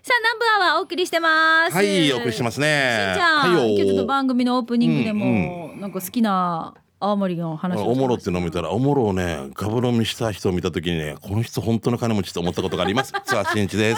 さあ南部アワーお送りしてます。 はい、お送りしてますね。 しんちゃん、 はいよ。 今日ちょっと番組のオープニングでも、なんか好きな青森の話をしてました。 おもろってのを見たら、おもろをねガブ飲みした人を見たときにね、この人本当の金持ちと思ったことがあります。さあ、しんいちです。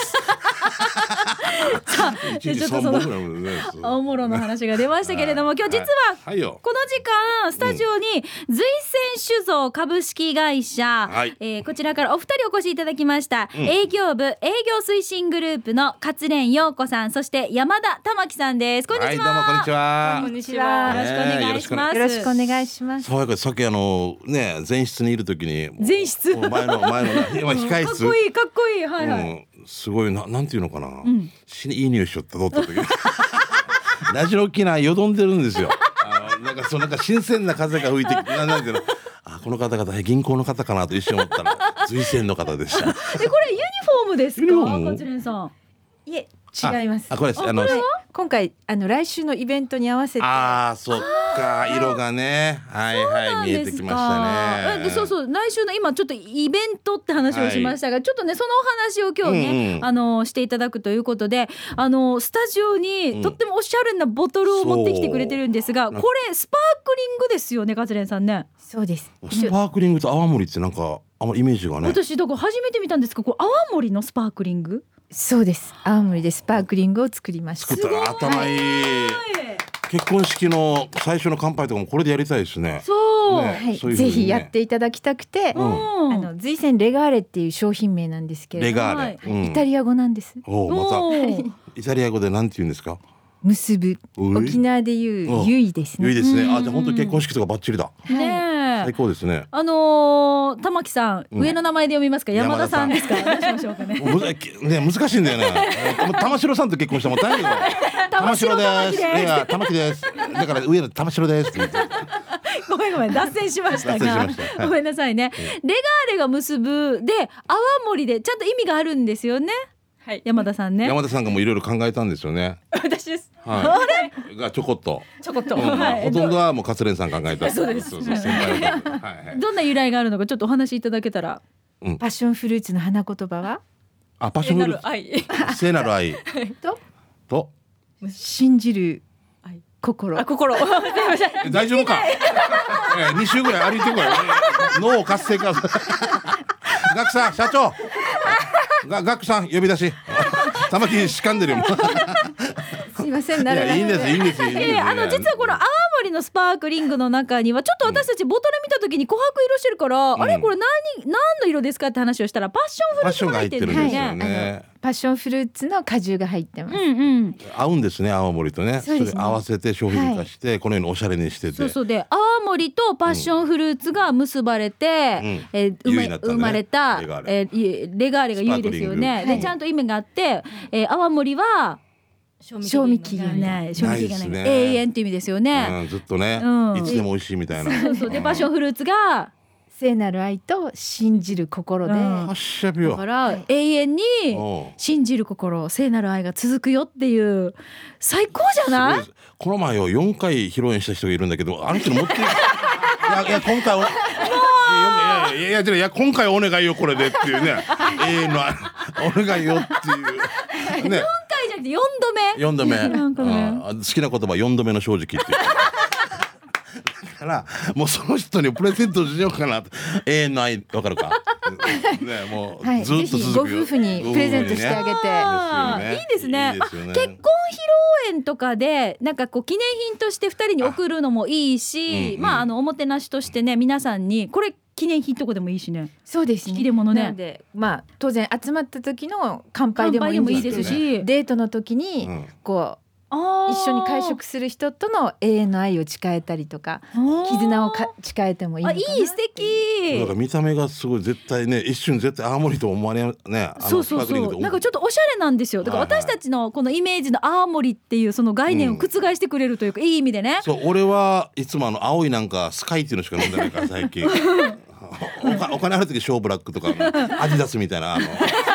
でちょっとその青物の話が出ましたけれども、今日実はこの時間スタジオに随泉酒造株式会社、こちらからお二人お越しいただきました、営業部営業推進グループの勝連陽子さん、そして山田玉樹さんです。こんにちは。 はい、どうもこんにちは。 こんにちは。よろしくお願いします。 よろしくお願いします。 爽やか、さっきね、前室にいるときに前室前の控室かっこいいかっこいい、はいはい、 すごいなんていうのかな、いい匂いしよったとった時ラジオ沖縄よどんでるんですよ。なんか新鮮な風が吹いてなんていうの、この方々銀行の方かなと一瞬思ったら随泉の方でした。 これユニフォームですか、勝連さん。 いえ、違います。 これです。 今回来週のイベントに合わせて。 そっか、色がね、はいはい、見えてきましたね。 そう来週の今ちょっとイベントって話をしましたが、ちょっとねそのお話を今日ね、していただくということで、スタジオにとってもおしゃれなボトルを持ってきてくれてるんですが、これスパークリングですよね、勝連さんね。 そうです。 スパークリングと泡盛ってなんかあんまりイメージがね。 私だから初めて見たんですが、これ泡盛のスパークリング。 そうです。青森でスパークリングを作りました。 作った頭いい。結婚式の最初の乾杯とかもこれでやりたいですね。 そう、 ぜひやっていただきたくて、随泉レガーレっていう商品名なんですけれども、イタリア語なんです。 またイタリア語でなんて言うんですか。 結ぶ、沖縄でいうゆいですね。 ゆいですね。じゃあ本当に結婚式とかバッチリだ。最高ですね。 玉木さん、上の名前で読みますか、山田さんですか。どうしましょうかね。 難しいんだよね。玉城さんと結婚したもん大変だよ。玉城です。いや、玉木です。だから上の玉城ですって言って。 ごめん脱線しましたが、ごめんなさいね。レガーレが結ぶで泡盛でちゃんと意味があるんですよね。山田さんね。 山田さんがもういろいろ考えたんですよね。 私です。 あれがちょこっと。ほとんどはもう勝連さん考えた。 そうです。どんな由来があるのかちょっとお話しいただけたら。 パッションフルーツの花言葉は？ パッションフルーツ。聖なる愛。と信じる心。 大丈夫か。2週ぐらい歩いてこい。脳活性化。ガクさん、社長。ガクさん呼び出し。玉木しかんでるよ。 すいません、 いいんです。 実はこの泡盛のスパークリングの中にはちょっと私たちボトル見た時に琥珀色してるから、あれこれ何の色ですかって話をしたらパッションフルーツが入ってるんですよね。 パッションフルーツの果汁が入ってます。 合うんですね、泡盛とね。それ合わせて商品化してこのようにおしゃれにしてて。 で泡盛とパッションフルーツが結ばれて生まれたレガーレが優位ですよね。でちゃんと意味があって、泡盛は賞味期限ない永遠って意味ですよね。 ずっとね、いつでも美味しいみたいな。 でパッションフルーツが聖なる愛と信じる心で、 だから永遠に信じる心、聖なる愛が続くよっていう最高じゃない？ この前よ4回披露宴した人がいるんだけど、あの人持っていや今回今回お願いよこれでっていうね。永遠のお願いよっていうね。4 回じゃなくて4度目。 好きな言葉4度目の正直っていう。からもうその人にプレゼントしようかな。永遠の愛、わかるか。もうずっと続くよ。 ご夫婦にプレゼントしてあげて。 いいですね。結婚披露宴とかでなんかこう記念品として2人に送るのもいいし、おもてなしとしてね、皆さんにこれ記念品とかでもいいしね。 そうですね。 引き出物ね。 なので当然集まった時の乾杯でもいいですし、デートの時にこう一緒に会食する人との永遠の愛を誓えたりとか、絆を誓えてもいいのかな。 いい、素敵。 だから見た目がすごい、絶対ね、一瞬絶対青森と思われね。 そうなんかちょっとおしゃれなんですよ。だから私たちのこのイメージの青森っていうその概念を覆してくれるというか、いい意味でね。 そう、俺はいつも青いなんかスカイっていうのしか飲んでないから最近。お金ある時ショーブラックとかアディダスみたいな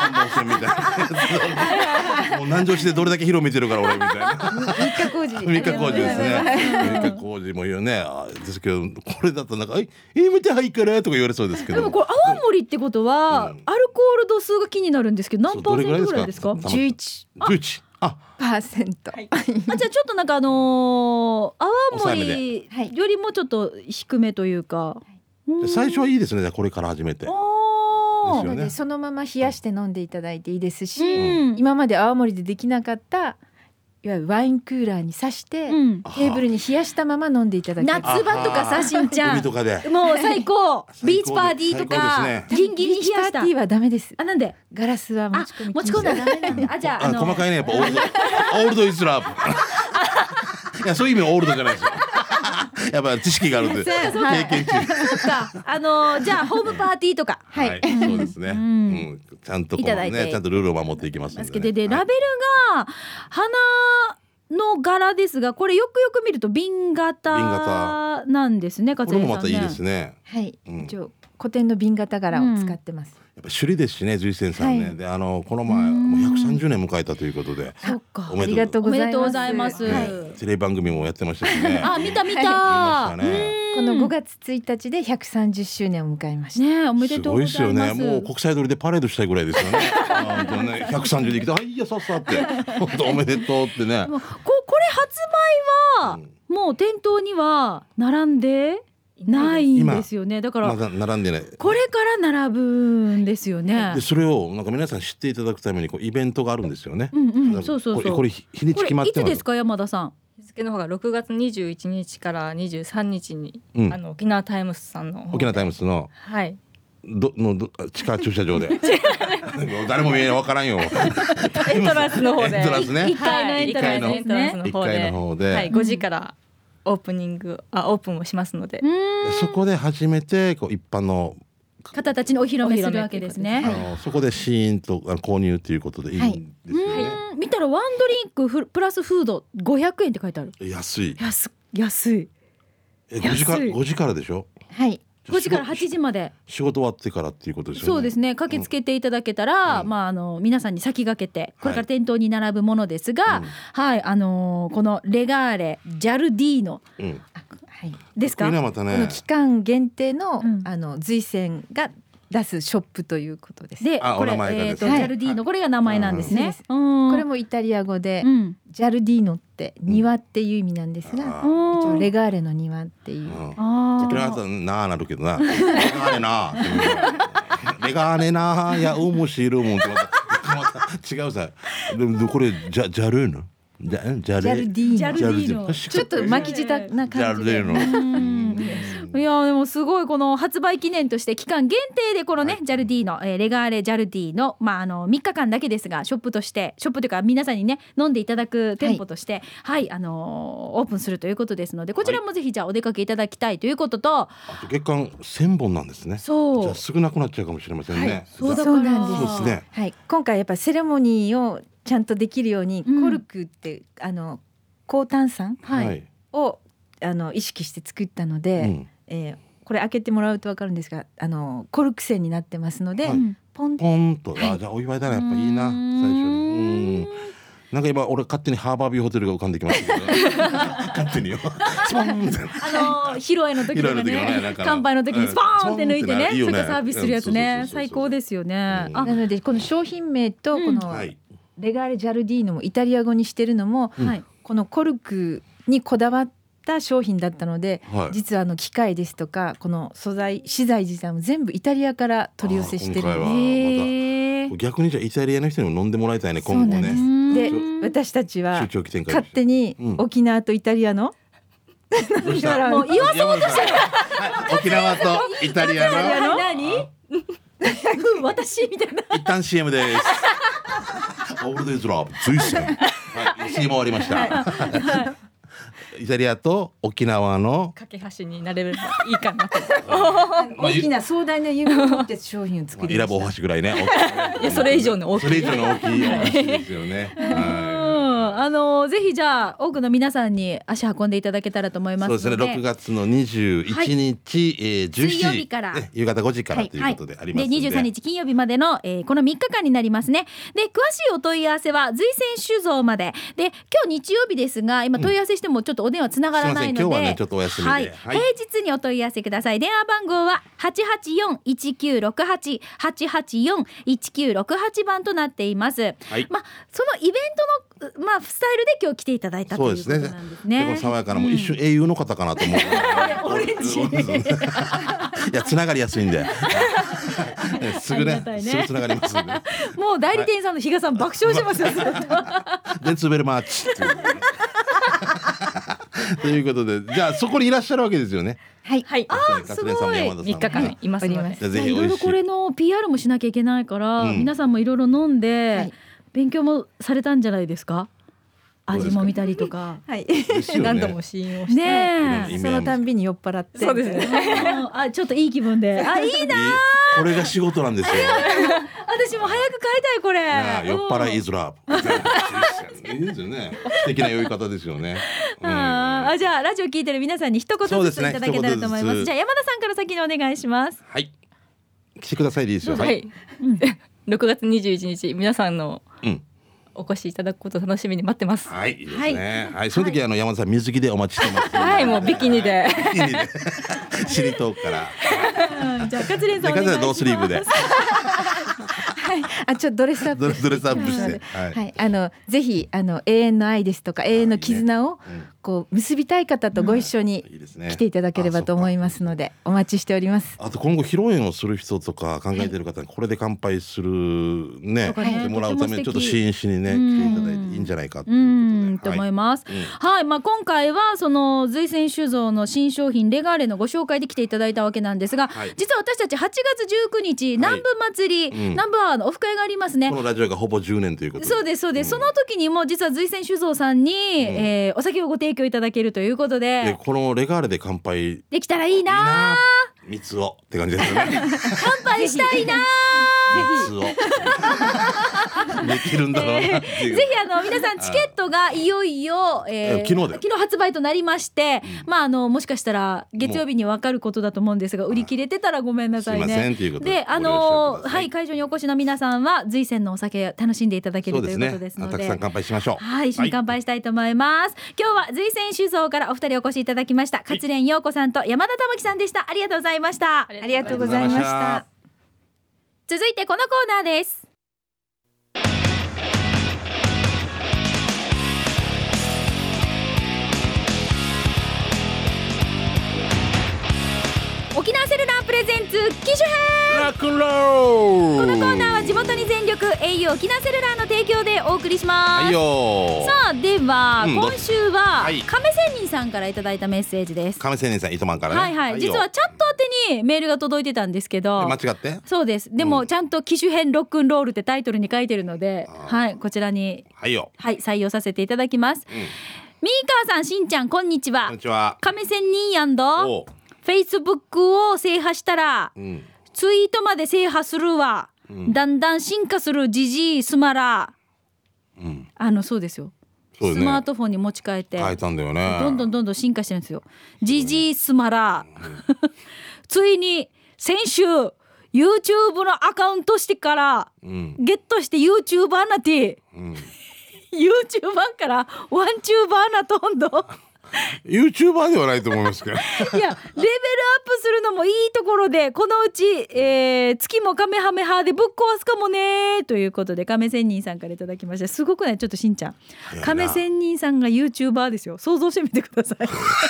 3本線みたいなもう南城市でどれだけ広めてるから俺みたいな三日工事三日工事ですね三日工事も言うねですけどこれだとなんか見てはいいからとか言われそうですけどでもこれ泡盛ってことは、アルコール度数が気になるんですけど何パーセントぐらいですか 11% あはい、じゃあちょっとなんか泡盛よりもちょっと低めというか、 最初はいいですねこれから始めてなのでそのまま冷やして飲んでいただいていいですし、今まで泡盛でできなかったいわゆるワインクーラーに刺して、テーブルに冷やしたまま飲んでいただき夏場とかさしんちゃん海とかでもう最高ビーチパーティーとか、ギンギンに冷やしたビーチパーティーはダメです。 なんでガラスは持ち込んだらダメなんでじゃあ細かいねやっぱオールドイズラブいやそういう意味オールドじゃないですよやっぱ知識があるんで経験値じゃあホームパーティーとかはいそうですね、ちゃんとこうねちゃんとルールを守っていきますんでね。 でラベルが花の柄ですがこれよくよく見ると瓶型なんですね。 これもまたいいですね。 はい、古典の瓶型柄を使ってます。 やっぱ首里ですしね随泉さんね、でこの前もう130年迎えたということでありがとうございます。 テレビ番組もやってましたしね見たこの5月1日で130周年を迎えましたね。おめでとうございます。 すごいですよね。もう国際通りでパレードしたいぐらいですよね130で来ていやさっさって本当おめでとうってねこれ発売はもう店頭には並んでないんですよね。だから並んでない。 これから並ぶんですよね。 でそれをなんか皆さん知っていただくためにイベントがあるんですよね。 そうこれ日にち決まってます。 いつですか山田さん。 日付の方が6月21日から23日に、沖縄タイムスさんの沖縄タイムスのはい地下駐車場で誰も見えないわからんよエントランスの方でエントランスね 1階のエントランスですね。 1階の方で、 はい、5時からオープンをしますのでそこで初めて一般の方たちにお披露目するわけですね。 そこでシーンと購入ということでいいんですよね。 見たらワンドリンクプラスフード500円って書いてある。 安い5時からでしょ。 はい、 5時から8時まで仕事終わってからっていうことですよね。 そうですね。駆けつけていただけたら、皆さんに先駆けてこれから店頭に並ぶものですが、このレガーレジャルディーノ、ですか。 これまたね、 この期間限定の、随泉が出すショップということです。 でこれジャルディーノ、これが名前なんですね。 これもイタリア語で、ジャルディーノって庭っていう意味なんですが、一応レガーレの庭っていう。 ななるけどなレガーレなレガーレないや面白いもんってまた違うさ。でもこれジャルーノジャルディーノちょっと巻き舌な感じでいやでもすごいこの発売記念として期間限定でこのね、ジャルディーノ、レガーレジャルディーノ、3日間だけですがショップというか皆さんにね飲んでいただく店舗として、オープンするということですのでこちらもぜひじゃあお出かけいただきたいということと、 あと月間1000本なんですね。 そうじゃあすぐなくなっちゃうかもしれませんね。 そうなんですね。今回やっぱセレモニーをちゃんとできるように、コルクって高炭酸を意識して作ったので、これ開けてもらうと分かるんですがコルク線になってますので、ポンと、じゃあお祝いだねやっぱいいな最初に。なんか今俺勝手にハーバービューホテルが浮かんできましたけど勝手によスポンみたいな披露宴の時とかね乾杯の時にスポーンって抜いてねそういったサービスするやつね最高ですよね。 なのでこの商品名とこのレガーレジャルディーノもイタリア語にしてるのも、このコルクにこだわった商品だったので、実は機械ですとかこの資材自体も全部イタリアから取り寄せしてるんで、逆にじゃあイタリアの人にも飲んでもらいたいね今後ね。 で私たちは勝手に沖縄とイタリアのもう言わそうとしてる沖縄とイタリアの何私みたいな。 一旦 CM です。オールデイズラブ随泉。CM 終わりました。イタリアと沖縄の架け橋になれればいいかなと。 大きな壮大な夢を持って商品を作りました。 イラブ大橋ぐらいね。 いやそれ以上の大きい。 それ以上の大きいお箸ですよね。 ぜひじゃあ多くの皆さんに足運んでいただけたらと思いますので、 そうですね、6月の21日、17時水曜日から、 夕方5時からということでありますので、 で23日金曜日までの、この3日間になりますね。で詳しいお問い合わせは随泉酒造までで、今日日曜日ですが今問い合わせしてもちょっとお電話つながらないので、 今日はねちょっとお休みで、 平日にお問い合わせください。電話番号は 884-1968 884-1968番となっています。そのイベントのスタイルで今日来ていただいたということなんですね。 結構爽やかな、もう一瞬英雄の方かなと思うオレンジいやつながりやすいんですぐねすぐつながりますんで、 もう代理店さんの比嘉さん爆笑しますよデンツベルマーチということで、じゃあそこにいらっしゃるわけですよね。 はい、 すごい 3日間いますので、 いろいろこれの PR もしなきゃいけないから、皆さんもいろいろ飲んで、勉強もされたんじゃないですか。味も見たりとか、 何度も試飲をして、 そのたんびに酔っ払って、 そうですねちょっといい気分で、いいなこれが仕事なんですよ私も早く買いたいこれ。 酔っ払いイズラブいいですよね、素敵な酔い方ですよね。 じゃあラジオ聞いてる皆さんに一言ずついただけたらと思います。じゃあ山田さんから先にお願いします。 はい、来てくださいでいいですよ。 6月21日皆さんのお越しいただくことを楽しみに待ってます。 はい、いいですね。はい、その時山田さん水着でお待ちしてます。 はい、もうビキニで。 しりとうから。 じゃあカツレンさんお願いします。 ノースリーブで。 はい、ちょっとドレスアップして、 ぜひ永遠の愛ですとか永遠の絆をこう結びたい方とご一緒に来ていただければと思いますので、お待ちしております。 あと今後披露宴をする人とか考えている方にこれで乾杯するね、してもらうためにちょっと支援しにね来ていただいていいんじゃないかということで、 と思います。はい、今回はその随泉酒造の新商品レガーレのご紹介で来ていただいたわけなんですが、実は私たち8月19日南部祭り、南部アワーのオフ会がありますね。 このラジオがほぼ10年ということで、 そうですそうです、その時にも実は随泉酒造さんに、お酒をご提供いただけるということで、 このレガーレで乾杯できたらいいな蜜をって感じですね乾杯したいな蜜をできるんだろうなっていう、 ぜひ皆さんチケットがいよいよ、昨日発売となりまして、もしかしたら月曜日に分かることだと思うんですが、売り切れてたらごめんなさいね。 すいませんということで会場にお越しの皆さんは随泉のお酒楽しんでいただけるということですので、 たくさん乾杯しましょう。 はい、一緒に乾杯したいと思います。今日は随泉酒造からお二人お越しいただきました。勝連陽子さんと山田珠樹さんでした。ありがとうございました。 ありがとうございました。 続いてこのコーナーです。沖縄セルラープレゼンツ機種編ラックンロール。 このコーナーは地元に全力 au 沖縄セルラーの提供でお送りします。 はいよ。 さあでは、今週は亀仙人さんからいただいたメッセージです。 亀仙人さん糸満からね、 実はチャット宛てにメールが届いてたんですけど、 間違って。 そうです。でもちゃんと機種編ロックンロールってタイトルに書いてるので、こちらに採用させていただきます。ミーカーさん、しんちゃん、こんにちは。 こんにちは。 亀仙人フェイスブックを制覇したら、ツイートまで制覇するわ、だんだん進化するジジイスマラ、そうですよ、スマートフォンに持ち替えて変えたんだよね。 どんどん進化してるんですよ。ジジイスマラ、ついに先週 YouTube のアカウントしてから、ゲットして YouTuber なってYouTuber からワンチューバーなとんど YouTuber ではないと思いますけどいやレベルアップするのもいいところで、このうち、月もカメハメハでぶっ壊すかもねということで、亀仙人さんからいただきました。すごくない？ちょっとしんちゃん、亀仙人さんが YouTuber ですよ。想像してみてください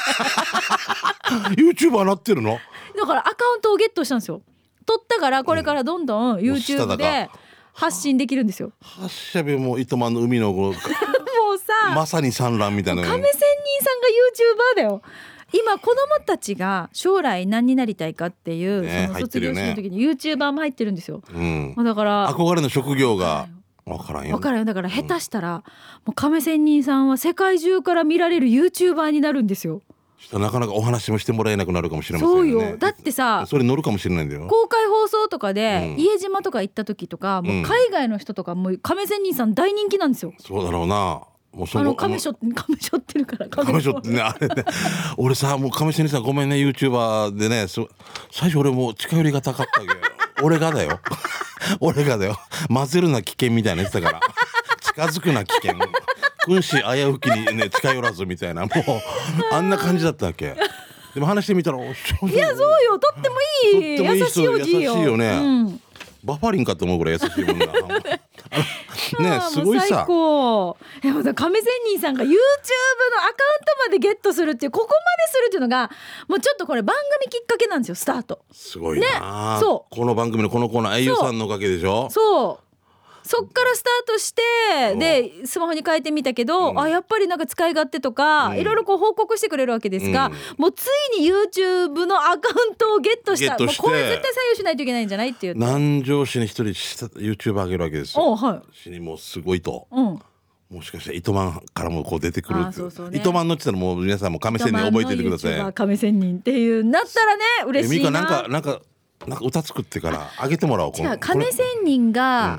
YouTuber なってるの？ だからアカウントをゲットしたんですよ。取ったからこれからどんどん YouTube で発信できるんですよ。 発射日も糸満の海のもうさ、 まさに産卵みたいな。 亀仙人さんが YouTuber だよ。今子供たちが将来何になりたいかっていう、その卒業式の時に YouTuber も入ってるんですよ。だから憧れの職業が分からんよ。 だから下手したら、もう亀仙人さんは世界中から見られる YouTuber になるんですよ。 なかなかお話もしてもらえなくなるかもしれませんよね。 そうよ。だってさ、 それ乗るかもしれないんだよ。 公開放送とかで、家島とか行った時とか、もう海外の人とかもう亀仙人さん大人気なんですよ。 そうだろうな。 もう亀しょってるから亀しょってねあれね俺さもう亀仙人さんごめんね YouTuber でね最初俺もう近寄りがたかったわけ俺がだよ混ぜるな危険みたいな言ってたから近づくな危険君子危うきにね近寄らずみたいなもうあんな感じだったわけでも話してみたらいやそうよとってもいい優しいおじいよ優しいよね、バファリンかと思うぐらい優しいもんなねすごいさ最高。また亀仙人さんが YouTube のアカウントまでゲットするっていうここまでするっていうのがもうちょっとこれ番組きっかけなんですよスタートすごいな、そうこの番組のこのコーナー英雄さんのおかげでしょそっからスタートしてでスマホに変えてみたけど、やっぱりなんか使い勝手とか、いろいろこう報告してくれるわけですが、もうついに YouTube のアカウントをゲットしたもうこれ絶対採用しないといけないんじゃないっていう南城市に一人 YouTube 上げるわけですよ、市にもうすごいと、もしかしたら糸満からもこう出てくるって糸満のって言ったらもう皆さんも亀仙人覚えててください亀仙人っていうなったらね嬉しいな。 ミカなんか歌作ってから上げてもらおう。 じゃあ亀仙人が、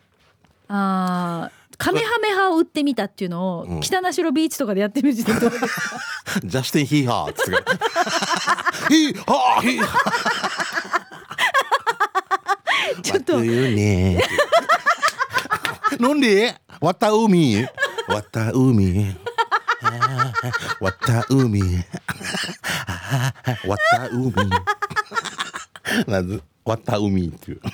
カメハメハを売ってみたっていうのを、北名城ビーチとかでやってみる時点でどうですかジャスティンヒーハーって言ってヒーハーヒーハーちょっと言うねなんでわた海わた海わた海わた海なぜわた海っていう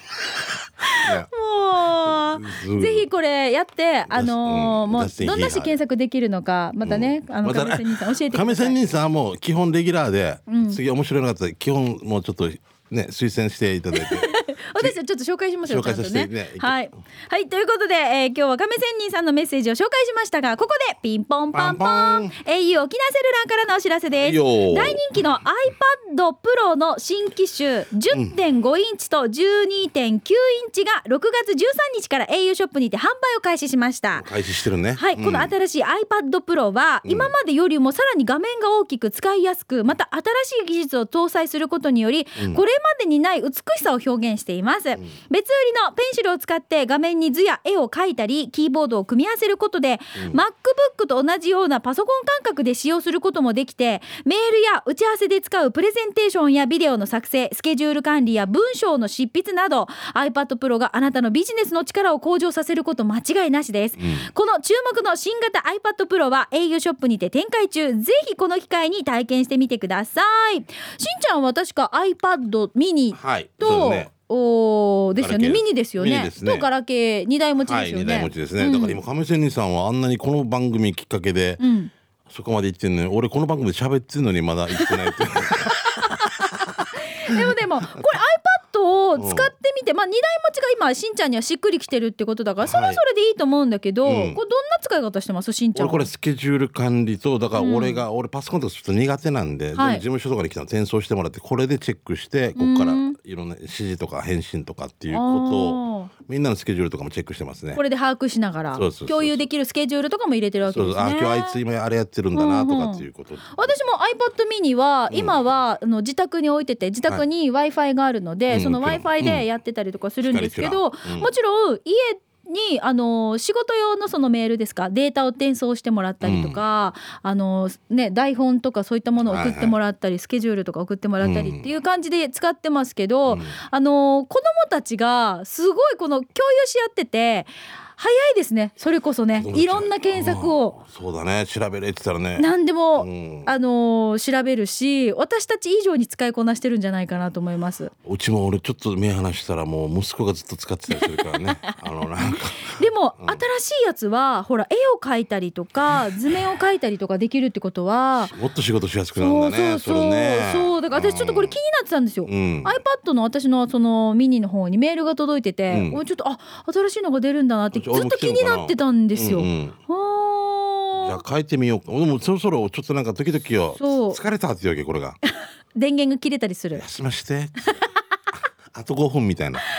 もうぜひこれやってもうどんなし検索できるのかまたね亀仙人さん教えてください。 亀仙人さんはもう基本レギュラーで、次面白いのがあったら基本もうちょっとね推薦していただいて私はちょっと紹介しましょう。 紹介させてね。 はい、はい、ということで、今日は亀仙人さんのメッセージを紹介しましたがここでピンポンパンポン au 沖縄セルラーからのお知らせです。大人気の iPad Pro の新機種 10.5 インチと 12.9 インチが6月13日から au ショップにて販売を開始しました。 開始してるね。 はい、この新しい iPad Pro は今までよりもさらに画面が大きく使いやすくまた新しい技術を搭載することにより、これまでにない美しさを表現しています。別売りのペンシルを使って画面に図や絵を描いたりキーボードを組み合わせることで、MacBook と同じようなパソコン感覚で使用することもできてメールや打ち合わせで使うプレゼンテーションやビデオの作成スケジュール管理や文章の執筆など iPad Pro があなたのビジネスの力を向上させること間違いなしです、この注目の新型 iPad Pro は au ショップにて展開中。ぜひこの機会に体験してみてください。しんちゃんは確か iPad mini と、ですよね。ミニですよね。とガラケー2台持ちですよね。 2台持ちですね。だから今亀仙人さんはあんなにこの番組きっかけで、そこまで行ってんのに俺この番組で喋ってんのにまだ行ってないってでもこれ iPad を使ってみて、2台持ちが今しんちゃんにはしっくりきてるってことだからそれはそれでいいと思うんだけど、これどんな使い方してますしんちゃんは。 俺これスケジュール管理とだから俺パソコンとかちょっと苦手なんで、事務所とかに来たら転送してもらってこれでチェックしてここからいろんな指示とか返信とかっていうことをみんなのスケジュールとかもチェックしてますね。 これで把握しながら共有できるスケジュールとかも入れてるわけですね。 今日あいつ今あれやってるんだなとかっていうこと、 私も iPad mini は今は自宅に置いてて自宅に Wi-Fi があるので、その Wi-Fi でやってたりとかするんですけど、もちろん家に仕事用のそのメールですかデータを転送してもらったりとか、台本とかそういったものを送ってもらったり、スケジュールとか送ってもらったりっていう感じで使ってますけど、子供たちがすごいこの共有し合ってて早いですね。それこそねいろんな検索をそうだね調べれって言ったらね何でも、調べるし私たち以上に使いこなしてるんじゃないかなと思います。 うちも俺ちょっと目離したらもう息子がずっと使ってたりするからねなんかでも、新しいやつはほら絵を描いたりとか図面を描いたりとかできるってことはもっと仕事しやすくなるんだね。 そうだから私ちょっとこれ気になってたんですよ、iPad の私のそのミニの方にメールが届いてて、ちょっと新しいのが出るんだなってずっと気になってたんですよ。 じゃあ変えてみようか。でもそろそろちょっとなんか時々よ疲れたっていうわけこれが電源が切れたりする。 休ましてあと5分みたいな。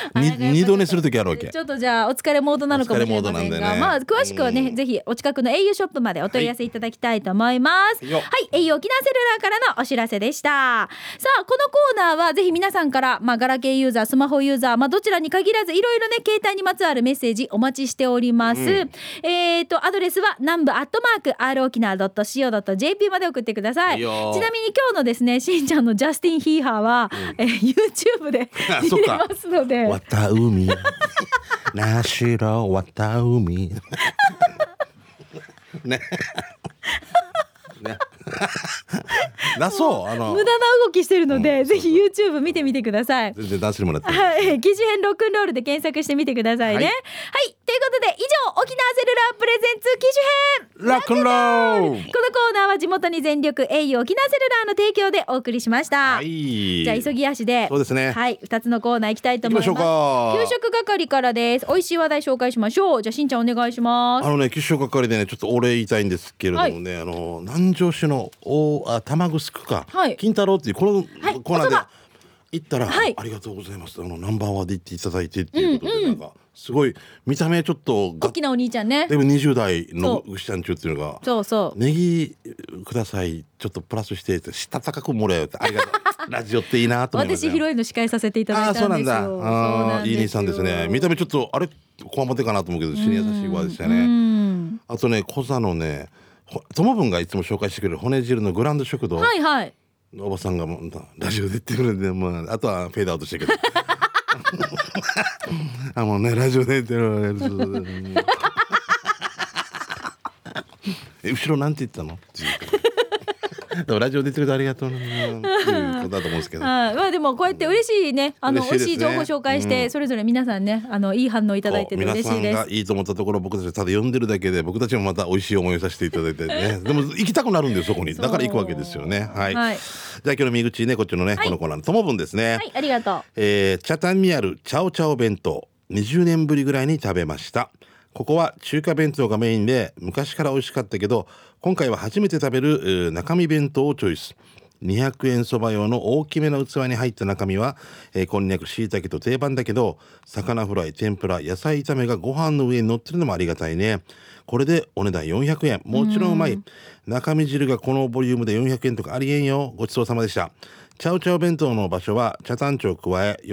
二度寝する時あるわけ。 ちょっとじゃあお疲れモードなのかもしれませんが、ね、まあ詳しくはね、ぜひお近くの au ショップまでお問い合わせいただきたいと思います。はい、au 沖縄セルラーからのお知らせでした。さあこのコーナーはぜひ皆さんから、ガラケーユーザー、スマホユーザー、どちらに限らずいろいろね携帯にまつわるメッセージお待ちしております。アドレスは南部@r沖縄 .co.jp まで送ってください。ちなみに今日のですねしんちゃんのジャスティンヒーハーは、YouTube で見れますので。 渡海なしろ渡海ねねだそう無駄な動きしてるので、ぜひ YouTube 見てみてください。 全然ダンスにもらって記事編ロックンロールで検索してみてくださいね。はい、ということで以上沖縄セルラープレゼンツ記事編ロックンロール、 このコーナーは地元に全力 au 沖縄セルラーの提供でお送りしました。 じゃあ急ぎ足でそうですね、 2つのコーナー行きたいと思います。給食係からです。美味しい話題紹介しましょう。じゃあしんちゃんお願いします。 給食係でねちょっとお礼言いたいんですけれどもね、南城市の玉城区金太郎っていうこのコーナーで行ったら、ありがとうございます、ナンバーワンで行っていただいてっていうことで、なんかすごい見た目ちょっと大きなお兄ちゃんね、 でも20代の牛ちゃんちゅうっていうのがネギくださいちょっとプラスしてしたたかくもらえよってありがとうラジオっていいなと思いました。 私ヒロインの司会させていただいたんですよ。 そうなんだ。いい兄さんですね。見た目ちょっとあれこわもてかなと思うけど死に優しい子でしたね。あとね小座のね友分がいつも紹介してくれる骨汁のグランド食堂、おばさんがもうラジオで言ってくるんで、あとはフェードアウトしてくれもうねラジオで言ってる後ろなんて言ったのラジオ出てくれてありがとうっていうことだと思うんですけどでもこうやって嬉しいね美味しい情報紹介して、それぞれ皆さんねいい反応いただいてて嬉しいです。 皆さんがいいと思ったところ僕たちただ読んでるだけで僕たちもまた美味しい思いをさせていただいてねでも行きたくなるんですそこにだから行くわけですよね。じゃあ今日の見口ねこっちのね、このコーナーの友分ですね。 ありがとう。 茶炭にあるチャオチャオ弁当20年ぶりぐらいに食べました。ここは中華弁当がメインで昔から美味しかったけど今回は初めて食べる中身弁当をチョイス。200円そば用の大きめの器に入った中身は、こんにゃくしいたけと定番だけど魚フライ天ぷら野菜炒めがご飯の上に乗ってるのもありがたいね。これでお値段400円もちろんうまい。中身汁がこのボリュームで400円とかありえんよ。ごちそうさまでした。チャオチャオ弁当の場所は茶炭町加え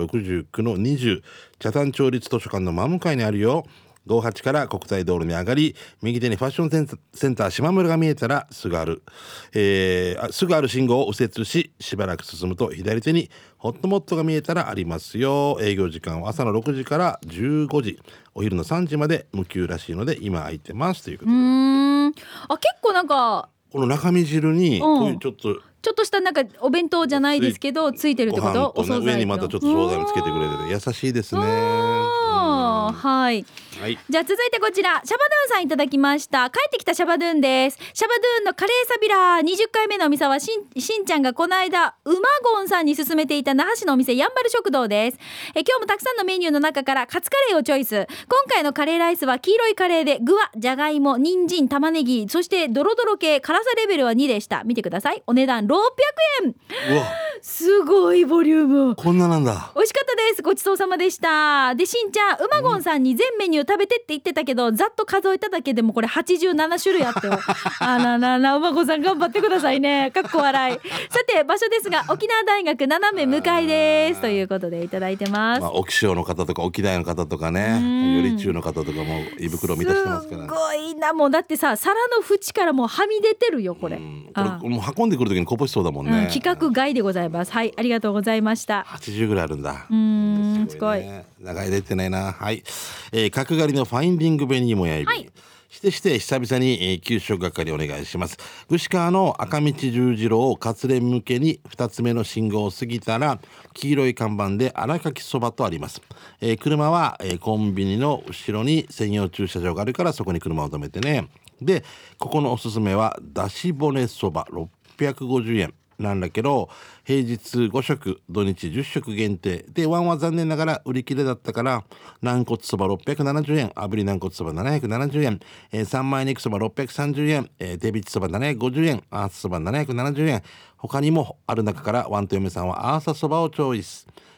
469の20茶炭町立図書館の真向かいにあるよ。58から国際道路に上がり右手にファッションセンター島村が見えたらすぐある信号を右折ししばらく進むと左手にホットモットが見えたらありますよ。営業時間は朝の6時から15時お昼の3時まで無給らしいので今空いてますということで結構なんかこの中身汁にこういうちょっとしたなんかお弁当じゃないですけどついてるってこと？ ご飯と、ね、上にまたちょっと惣菜もつけてくれて優しいですね。 はい、じゃあ続いてこちらシャバドゥンさんいただきました。帰ってきたシャバドゥンです。シャバドゥンのカレーサビラー20回目のお店はしんちゃんがこの間うまごんさんに勧めていた那覇市のお店やんばる食堂です。今日もたくさんのメニューの中からカツカレーをチョイス。今回のカレーライスは黄色いカレーで具はじゃがいも人参玉ねぎそしてドロドロ系辛さレベルは2でした。見てください。お値段600円。 うわすごいボリューム。 こんななんだ。 美味しかったです。ごちそうさまでした。でしんちゃんうまごんさんに全メニュー食べてって言ってたけど、ざっと数えただけでもこれ87種類あってよあらららうまごさん頑張ってくださいね。かっこ笑い。さて場所ですが沖縄大学斜め向かいですということでいただいてます。 沖小の方とか沖大の方とかねより中の方とかも胃袋満たしてますから、ね、 すごいな。もうだってさ皿の縁からもうはみ出てるよこれ。 これもう運んでくる時にこぼしそうだもんね、 規格外でございます。はいありがとうございました。 80ぐらいあるんだ。 すごい。 長い出てないな。はい、角刈りのファインディング紅もやいび、して久々に、給食係お願いします。串川の赤道十字路を活連向けに2つ目の信号を過ぎたら黄色い看板で荒かきそばとあります。車は、コンビニの後ろに専用駐車場があるからそこに車を止めてね。でここのおすすめはだし骨そば650円なんだけど平日5食土日10食限定でワンは残念ながら売り切れだったから軟骨そば670円炙り軟骨そば770円、三枚肉そば630円、手びちそば750円アースそば770円他にもある中からワンと嫁さんはアーサそばをチョイス。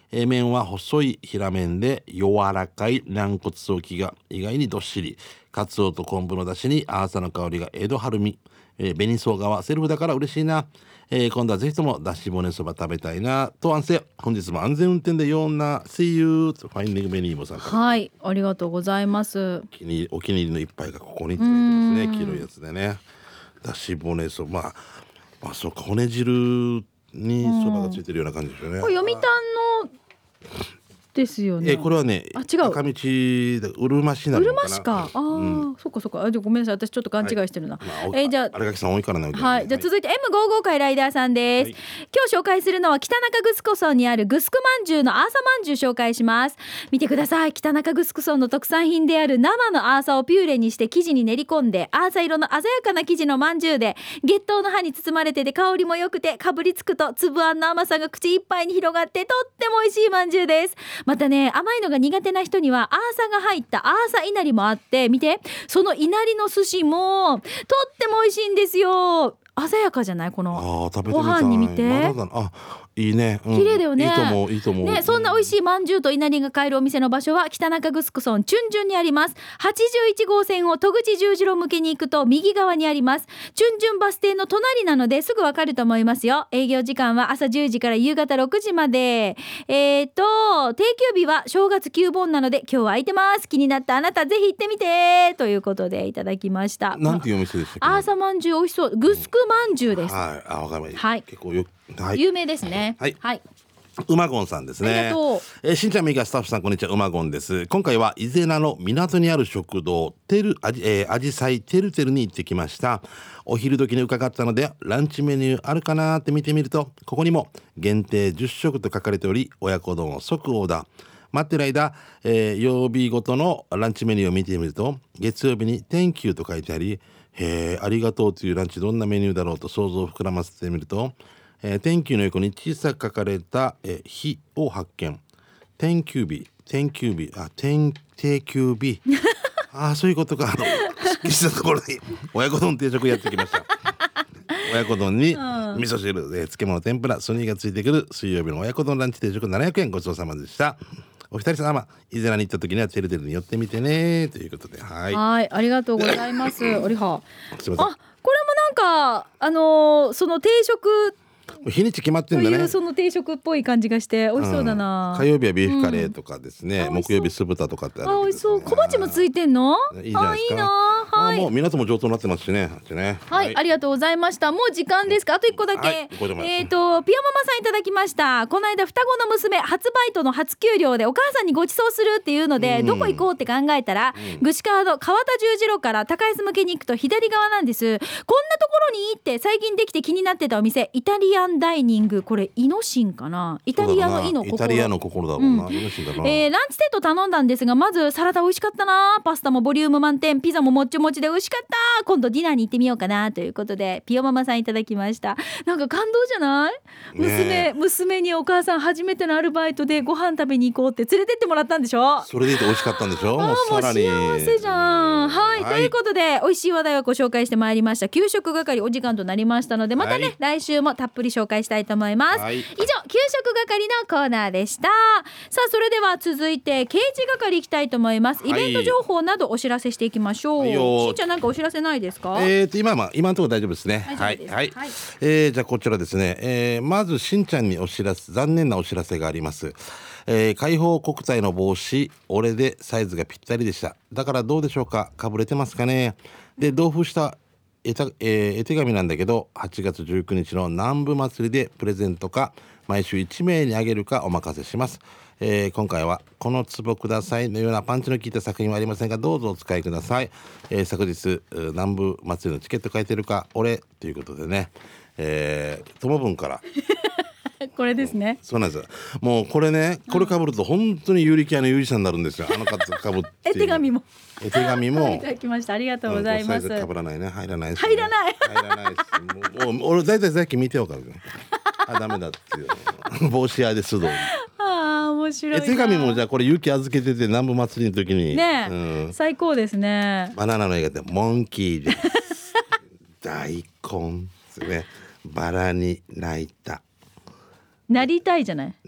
麺は細い平麺で柔らかい軟骨早期が意外にどっしり、カツオと昆布の出汁にアーサの香りが江戸春味、紅生姜はセルフだから嬉しいな、今度はぜひともだし骨そば食べたいなと安静。本日も安全運転でような See you ファインディングベニーモさんから、 はい、ありがとうございます。 お気に入りの一杯がここにってますね。黄色いやつでね、だし骨そば、まあそうか、骨汁にそばがついてるような感じですよね。 これ読谷のですよね。 これはね、 違う、 赤道でうるま市なのかな。 うるま市か。そっかそっか。じゃごめんなさい、私ちょっと勘違いしてるな。 じゃあ荒垣さん多いからね。 はい、じゃあ続いて M55 回ライダーさんです。今日紹介するのは北中城村にあるグスクまんじゅうのアーサまんじゅう紹介します。見てください。北中城村の特産品である生のアーサをピューレにして生地に練り込んで、アーサ色の鮮やかな生地のまんじゅうで月桃の葉に包まれてて、香りも良くてかぶりつくと粒あんの甘さが口いっぱいに広がってとっても美味しいまんじゅうです。またね、甘いのが苦手な人にはアーサが入ったアーサいなりもあって、見て、そのいなりの寿司もとっても美味しいんですよ。鮮やかじゃない？このご飯に見て、 いいね、 綺麗だよね。 いいと思うね。そんな美味しいまんじゅうといなりが買えるお店の場所は北中城村チュンジュンにあります。81号線を戸口十字路向けに行くと右側にあります。チュンジュンバス停の隣なのですぐわかると思いますよ。営業時間は朝10時から夕方6時まで。定休日は正月旧盆なので今日は空いてます。気になったあなたぜひ行ってみてということでいただきました。 なんていうお店でしたっけ？ アーサまんじゅう美味しそう。グスクまんじゅうです。 はい、わかりました。 はい、 結構有名ですね。 はい、 はい、 うまごんさんですね。しんちゃんみーかスタッフさんこんにちは、うまごんです。今回は伊是名の港にある食堂あじさいてるてるに行ってきました。お昼時に伺ったのでランチメニューあるかなって見てみると、ここにも限定10食と書かれており、親子丼を即オーダー。待ってる間、曜日ごとのランチメニューを見てみると、月曜日に Thank you と書いてあり、ありがとうというランチどんなメニューだろうと想像を膨らませてみると、Thank you の横に小さく書かれた、日を発見。Thank you 日、Thank you 日、定休日そういうことか。すっきりしたところに親子丼定食やってきました。親子丼に味噌汁、漬物、天ぷら、スニーがついてくる水曜日の親子丼ランチ定食700円。ごちそうさまでした。お二人様、伊是名に行った時にはてるてるに寄ってみてねということで、はい、 ありがとうございます。おりは。 すみません。 これもなんかその定食日にち決まってんだね。 というその定食っぽい感じがして美味しそうだな。 火曜日はビーフカレーとかですね、木曜日酢豚とかってあるんですね。 美味しそう。小鉢もついてんの？ いいじゃないですか。 いいな。はい。 もう港も上等になってますしね。 はい、ありがとうございました。もう時間ですか？あと1個だけ。ピアママさんいただきました。この間双子の娘初バイトの初給料でお母さんにご馳走するっていうので、どこ行こうって考えたら、串川の川田十字路から高安向けに行くと左側なんです。こんなところに行って最近できて気になってたお店、イタリアンダイニング。これイノシンかな。イタリアのイの心。 イタリアの心だろうな。イノシンだな。 ランチセット頼んだんですが、まずサラダ美味しかったな。パスタもボリューム満点、ピザももっちもちで美味しかった。今度ディナーに行ってみようかなということで、ピオママさんいただきました。なんか感動じゃない？娘にお母さん初めてのアルバイトでご飯食べに行こうって連れてってもらったんでしょ。 それでいて美味しかったんでしょ。もう幸せじゃん。はい、ということで美味しい話題をご紹介してまいりました。給食係お時間となりましたので、またね、来週もたっぷり紹介したいと思います。以上、給食係のコーナーでした。さあ、それでは続いて刑事係いきたいと思います。イベント情報などお知らせしていきましょう。しんちゃん、なんかお知らせないですか？ 今のところ大丈夫ですね。はい。じゃあこちらですね、まずしんちゃんに残念なお知らせがあります。開放国体の帽子、俺でサイズがぴったりでした。だからどうでしょうか？かぶれてますかね？で、同封した絵手紙なんだけど、8月19日の南部祭りでプレゼントか毎週1名にあげるかお任せします。今回はこの壺くださいのようなパンチの効いた作品はありませんが、どうぞお使いください。昨日南部祭りのチケット書いてるか俺ということでね、友分からこれですね。 そうなんですよ。もうこれね、これ被ると本当に有力屋の有利者になるんですよ。被って手紙も手紙もいただきました。ありがとうございます。 被らないね。入らないです、 ね、入らないですもう俺大体さっき見てよからね。ダメだっていう帽子屋で素通り。 面白いな。 手紙もじゃあこれ勇気預けてて南部祭りの時にね、最高ですね。 バナナの映画でモンキーです大根ですね。バラに泣いたなりたいじゃない。 なり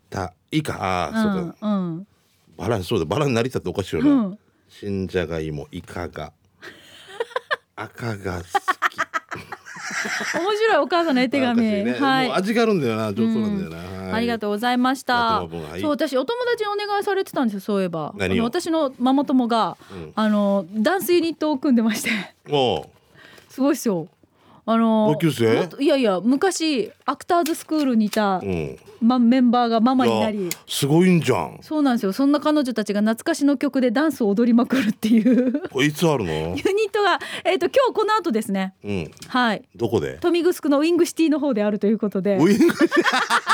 いかそうだ、バラそうだバラになりたっておかしいよな、新じゃがいもイカが赤が好き面白いお母さんの絵手紙、 ね、はい、もう味があるんだよな、上手なんだよな、はい、 ありがとうございました。そう私お友達にお願いされてたんですよ。そういえば私のママ友が、ダンスユニットを組んでまして、すごいですよ。 同級生？ いやいや昔アクターズスクールにいた、メンバーがママになり、 すごいんじゃん。 そうなんですよ。そんな彼女たちが懐かしの曲でダンスを踊りまくるっていういつあるの？ユニットが、今日この後ですね、はい、 どこで？ 豊見城のウィングシティの方であるということで。 ウィングシティ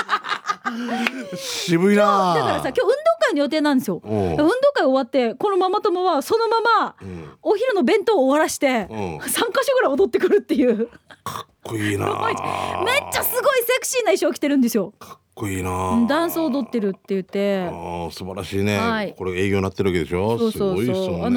渋いな。 だからさ、今日運動会の予定なんですよ。運動会終わってこのママ友はそのまま、お昼の弁当を終わらして、3カ所ぐらい踊ってくるっていう。 かっこいいな。 めっちゃすごいセクシーな衣装着てるんですよ。 かっこいいな。 ダンス踊ってるって言って、 素晴らしいね、はい、これ営業になってるわけでしょ。 そう、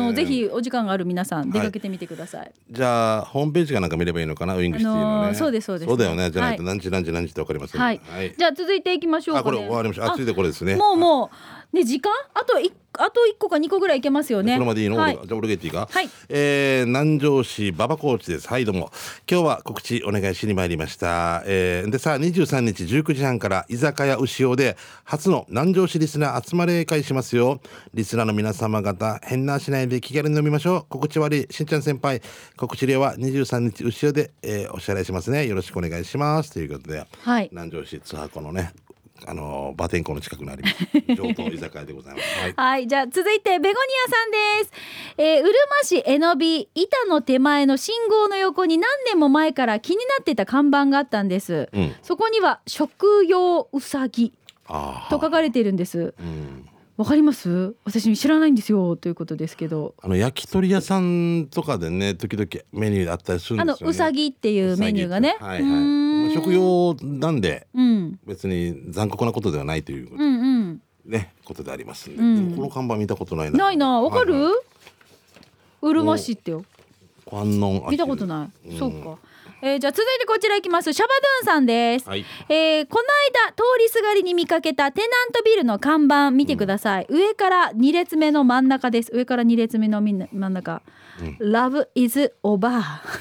ぜひお時間がある皆さん出かけてみてください、 じゃあホームページかなんか見ればいいのかな、ウィングシティのね、 そうですそうだよね。じゃないと何時って分かりません、 じゃあ続いていきましょうか、 これ終わりました。続いてこれですね。 もうね、時間あと1個か2個ぐらいいけますよね。 これまでいいの、じゃあ俺が言っていいか。南城市馬場コーチです。はい、どうも今日は告知お願いしに参りました。でさあ23日19時半から居酒屋牛尾で初の南城市リスナー集まれ会しますよ。リスナーの皆様方変なしないで気軽に飲みましょう。告知割りしんちゃん先輩、告知料は23日牛尾で、お支払いしますね。よろしくお願いしますということで、南城市津波湖のねバテン湖の近くにあります上等居酒屋でございます。 はい、じゃあ続いてベゴニアさんです。うるま市えのび板の手前の信号の横に何年も前から気になっていた看板があったんです、そこには食用うさぎと書かれているんです。わかります？私知らないんですよということですけど、 焼き鳥屋さんとかでね時々メニューあったりするんですよね。 うさぎっていうメニューがね、 食用なんで、別に残酷なことではないということ、ことでありますんで、でもこの看板見たことないな。 ないな。わかる？うるま市ってよ。 観音見たことない。そうか。じゃあ続いてこちらいきます。シャバドゥンさんです、この間通りすがりに見かけたテナントビルの看板見てください、上から2列目の真ん中です。上から2列目の真ん中、Love is over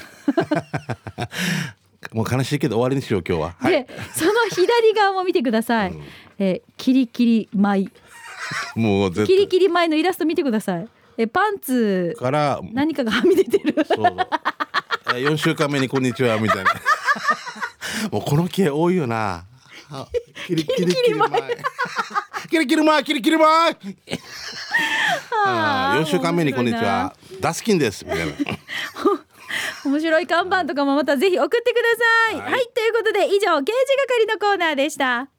もう悲しいけど終わりにしよう今日は、 でその左側も見てください、キリキリ舞もう絶対キリキリ舞のイラスト見てください。パンツから何かがはみ出てるそう4週間目にこんにちはみたいなもうこの系多いよな。キリキリ前キリキリ前キリキリ前4週間目にこんにちはダスキンですみたいな面白い看板とかもまたぜひ送ってください。はい、ということで以上刑事係のコーナーでした。